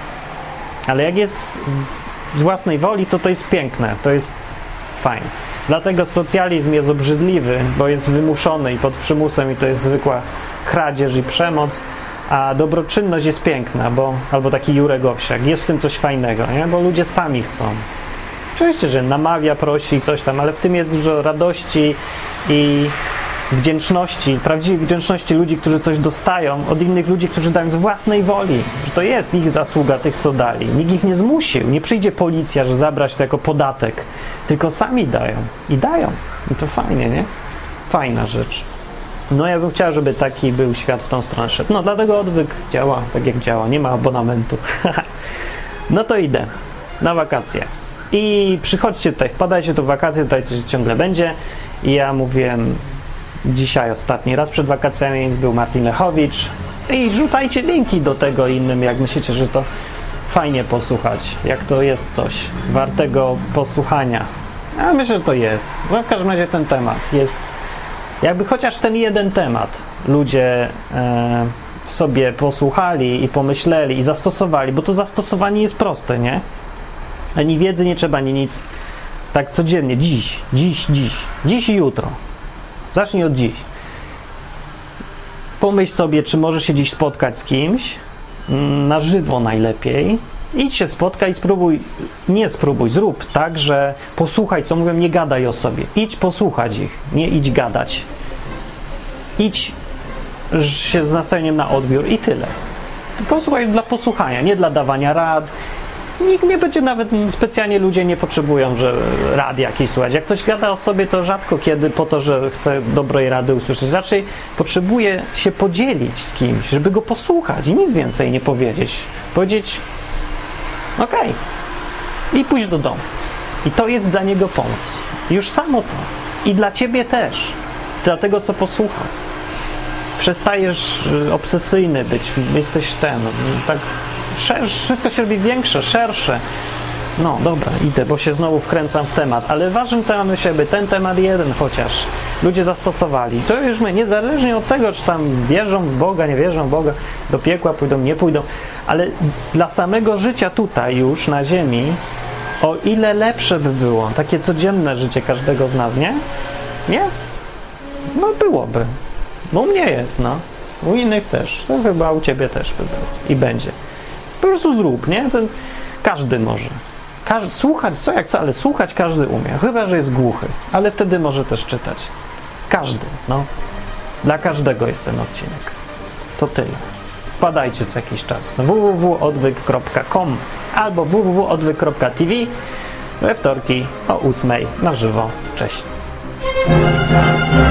Speaker 1: Ale jak jest z własnej woli, to jest piękne, to jest fajne. Dlatego socjalizm jest obrzydliwy, bo jest wymuszony i pod przymusem i to jest zwykła kradzież i przemoc, a dobroczynność jest piękna, albo taki Jurek Owsiak, jest w tym coś fajnego, nie? Bo ludzie sami chcą. Oczywiście, że namawia, prosi coś tam, ale w tym jest dużo radości i wdzięczności, prawdziwej wdzięczności ludzi, którzy coś dostają od innych ludzi, którzy dają z własnej woli, że to jest ich zasługa, tych co dali. Nikt ich nie zmusił, nie przyjdzie policja, że zabrać to jako podatek, tylko sami dają i dają. I to fajnie, nie? Fajna rzecz. No ja bym chciał, żeby taki był świat w tą stronę szedł. No dlatego odwyk działa tak jak działa, nie ma abonamentu. No to idę na wakacje. I przychodźcie tutaj, wpadajcie tu w wakacje, tutaj coś ciągle będzie. I ja mówiłem dzisiaj ostatni raz przed wakacjami, był Martin Lechowicz. I rzucajcie linki do tego innym, jak myślicie, że to fajnie posłuchać, jak to jest coś wartego posłuchania. Ja myślę, że to jest. No w każdym razie ten temat jest, jakby chociaż ten jeden temat ludzie sobie posłuchali i pomyśleli i zastosowali, bo to zastosowanie jest proste, nie? Ani wiedzy nie trzeba, ani nic. Tak codziennie, dziś i jutro. Zacznij od dziś. Pomyśl sobie, czy możesz się dziś spotkać z kimś, na żywo najlepiej. Idź się spotkaj i zrób tak, że posłuchaj, co mówią, nie gadaj o sobie. Idź posłuchać ich, nie idź gadać. Idź się z nastawieniem na odbiór i tyle. Posłuchaj dla posłuchania, nie dla dawania rad, Nikt nie będzie, nawet specjalnie ludzie nie potrzebują, że rady jakieś słuchać. Jak ktoś gada o sobie, to rzadko kiedy po to, że chce dobrej rady usłyszeć. Raczej potrzebuje się podzielić z kimś, żeby go posłuchać i nic więcej nie powiedzieć. Powiedzieć okej. I pójść do domu. I to jest dla niego pomoc. Już samo to. I dla ciebie też. Dla tego, co posłucha. Przestajesz obsesyjny być. Jesteś tak wszystko się robi większe, szersze. No dobra, idę, bo się znowu wkręcam w temat, ale ważnym tematem siebie, ten temat jeden chociaż ludzie zastosowali. To już my, niezależnie od tego, czy tam wierzą w Boga, nie wierzą w Boga, do piekła pójdą, nie pójdą, ale dla samego życia tutaj już na ziemi, o ile lepsze by było takie codzienne życie każdego z nas, nie? Nie? No byłoby. No u mnie jest, no. U innych też. To chyba u ciebie też by było. I będzie. Po prostu zrób, nie? To każdy może. Słuchać, ale słuchać każdy umie. Chyba że jest głuchy. Ale wtedy może też czytać. Każdy, no. Dla każdego jest ten odcinek. To tyle. Wpadajcie co jakiś czas na www.odwyk.com albo www.odwyk.tv we wtorki o 8:00 na żywo. Cześć.